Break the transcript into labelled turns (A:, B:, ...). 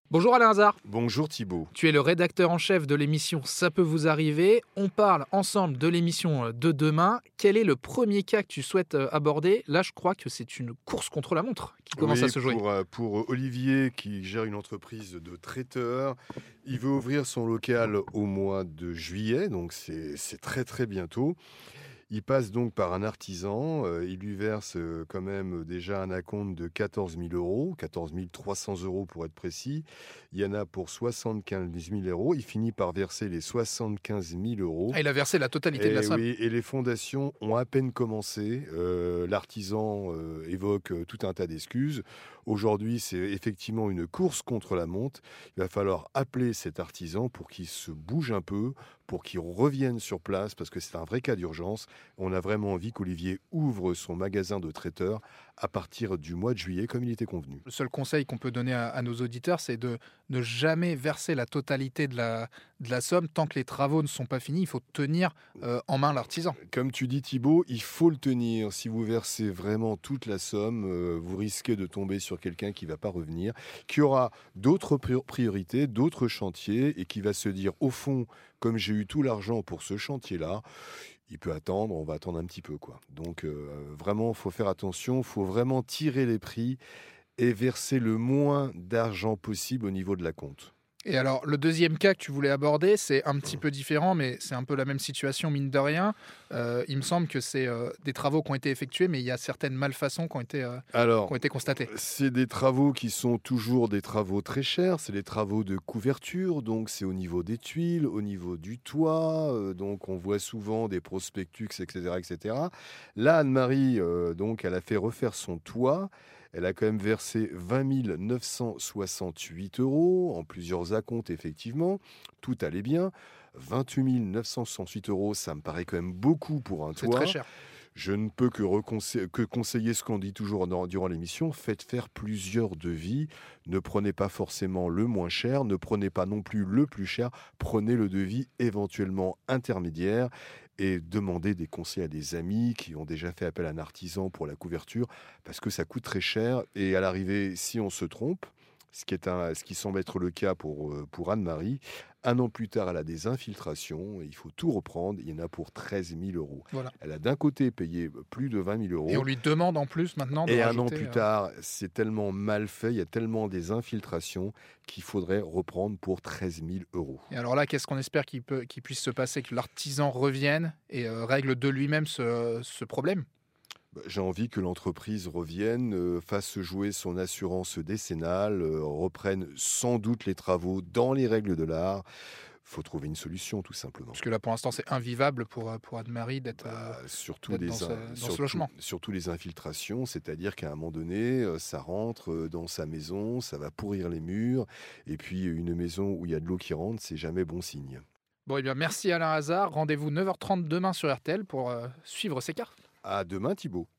A: Bonjour Alain Hazard,
B: Bonjour Thibaut.
A: tu es le rédacteur en chef de l'émission Ça peut vous arriver. On parle ensemble de l'émission de demain. Quel est le premier cas que tu souhaites aborder? Là, je crois que c'est une course contre la montre qui commence à se jouer.
B: Pour Olivier qui gère une entreprise de traiteur, il veut ouvrir son local au mois de juillet, donc c'est très très bientôt. Il passe donc par un artisan, il lui verse quand même déjà un acompte de 14 000 euros, 14 300 euros pour être précis. Il y en a pour 75 000 euros. Il finit par verser les 75 000 euros.
A: Ah, il a versé la totalité de la somme.
B: Oui, et les fondations ont à peine commencé. L'artisan évoque tout un tas d'excuses. Aujourd'hui, c'est effectivement une course contre la montre. Il va falloir appeler cet artisan pour qu'il se bouge un peu, pour qu'il revienne sur place, parce que c'est un vrai cas d'urgence. On a vraiment envie qu'Olivier ouvre son magasin de traiteur à partir du mois de juillet, comme il était convenu.
A: Le seul conseil qu'on peut donner à nos auditeurs, c'est de ne jamais verser la totalité de la somme tant que les travaux ne sont pas finis. Il faut tenir en main l'artisan.
B: Comme tu dis Thibaut, il faut le tenir. Si vous versez vraiment toute la somme, vous risquez de tomber sur quelqu'un qui ne va pas revenir, qui aura d'autres priorités, d'autres chantiers, et qui va se dire, au fond, comme j'ai eu tout l'argent pour ce chantier-là, il peut attendre, on va attendre un petit peu, quoi. Donc vraiment, il faut faire attention, il faut vraiment tirer les prix et verser le moins d'argent possible au niveau de la compte.
A: Et alors, le deuxième cas que tu voulais aborder, c'est un petit peu différent, mais c'est un peu la même situation, mine de rien. Il me semble que c'est des travaux qui ont été effectués, mais il y a certaines malfaçons qui ont été constatées.
B: C'est des travaux qui sont toujours des travaux très chers. C'est des travaux de couverture, donc c'est au niveau des tuiles, au niveau du toit. Donc on voit souvent des prospectus, etc., etc. Là, Anne-Marie, donc, elle a fait refaire son toit. Elle a quand même versé 20 968 euros en plusieurs acomptes, effectivement. Tout allait bien. 28 968 euros, ça me paraît quand même beaucoup pour un
A: C'est
B: toit.
A: très cher.
B: Je ne peux que conseiller ce qu'on dit toujours durant l'émission. Faites faire plusieurs devis. Ne prenez pas forcément le moins cher. Ne prenez pas non plus le plus cher. Prenez le devis éventuellement intermédiaire et demandez des conseils à des amis qui ont déjà fait appel à un artisan pour la couverture parce que ça coûte très cher. Et à l'arrivée, si on se trompe, ce qui semble être le cas pour Anne-Marie, un an plus tard, elle a des infiltrations, et il faut tout reprendre, il y en a pour 13 000 euros.
A: Voilà.
B: Elle a d'un côté payé plus de 20 000 euros.
A: Et on lui demande en plus maintenant de
B: Et
A: rajouter,
B: un an plus tard, c'est tellement mal fait, il y a tellement des infiltrations qu'il faudrait reprendre pour 13 000 euros.
A: Et alors là, qu'est-ce qu'on espère qu'il puisse se passer, que l'artisan revienne et règle de lui-même ce problème?
B: J'ai envie que l'entreprise revienne, fasse jouer son assurance décennale, reprenne sans doute les travaux dans les règles de l'art. Il faut trouver une solution, tout simplement.
A: Parce que là, pour l'instant, c'est invivable pour Anne-Marie d'être
B: Surtout
A: d'être dans ce logement.
B: surtout les infiltrations, c'est-à-dire qu'à un moment donné, ça rentre dans sa maison, ça va pourrir les murs, et puis une maison où il y a de l'eau qui rentre, c'est jamais bon signe.
A: Bon, eh bien, merci Alain Hazard. Rendez-vous 9h30 demain sur RTL pour suivre ces cas.
B: À demain Thibaut.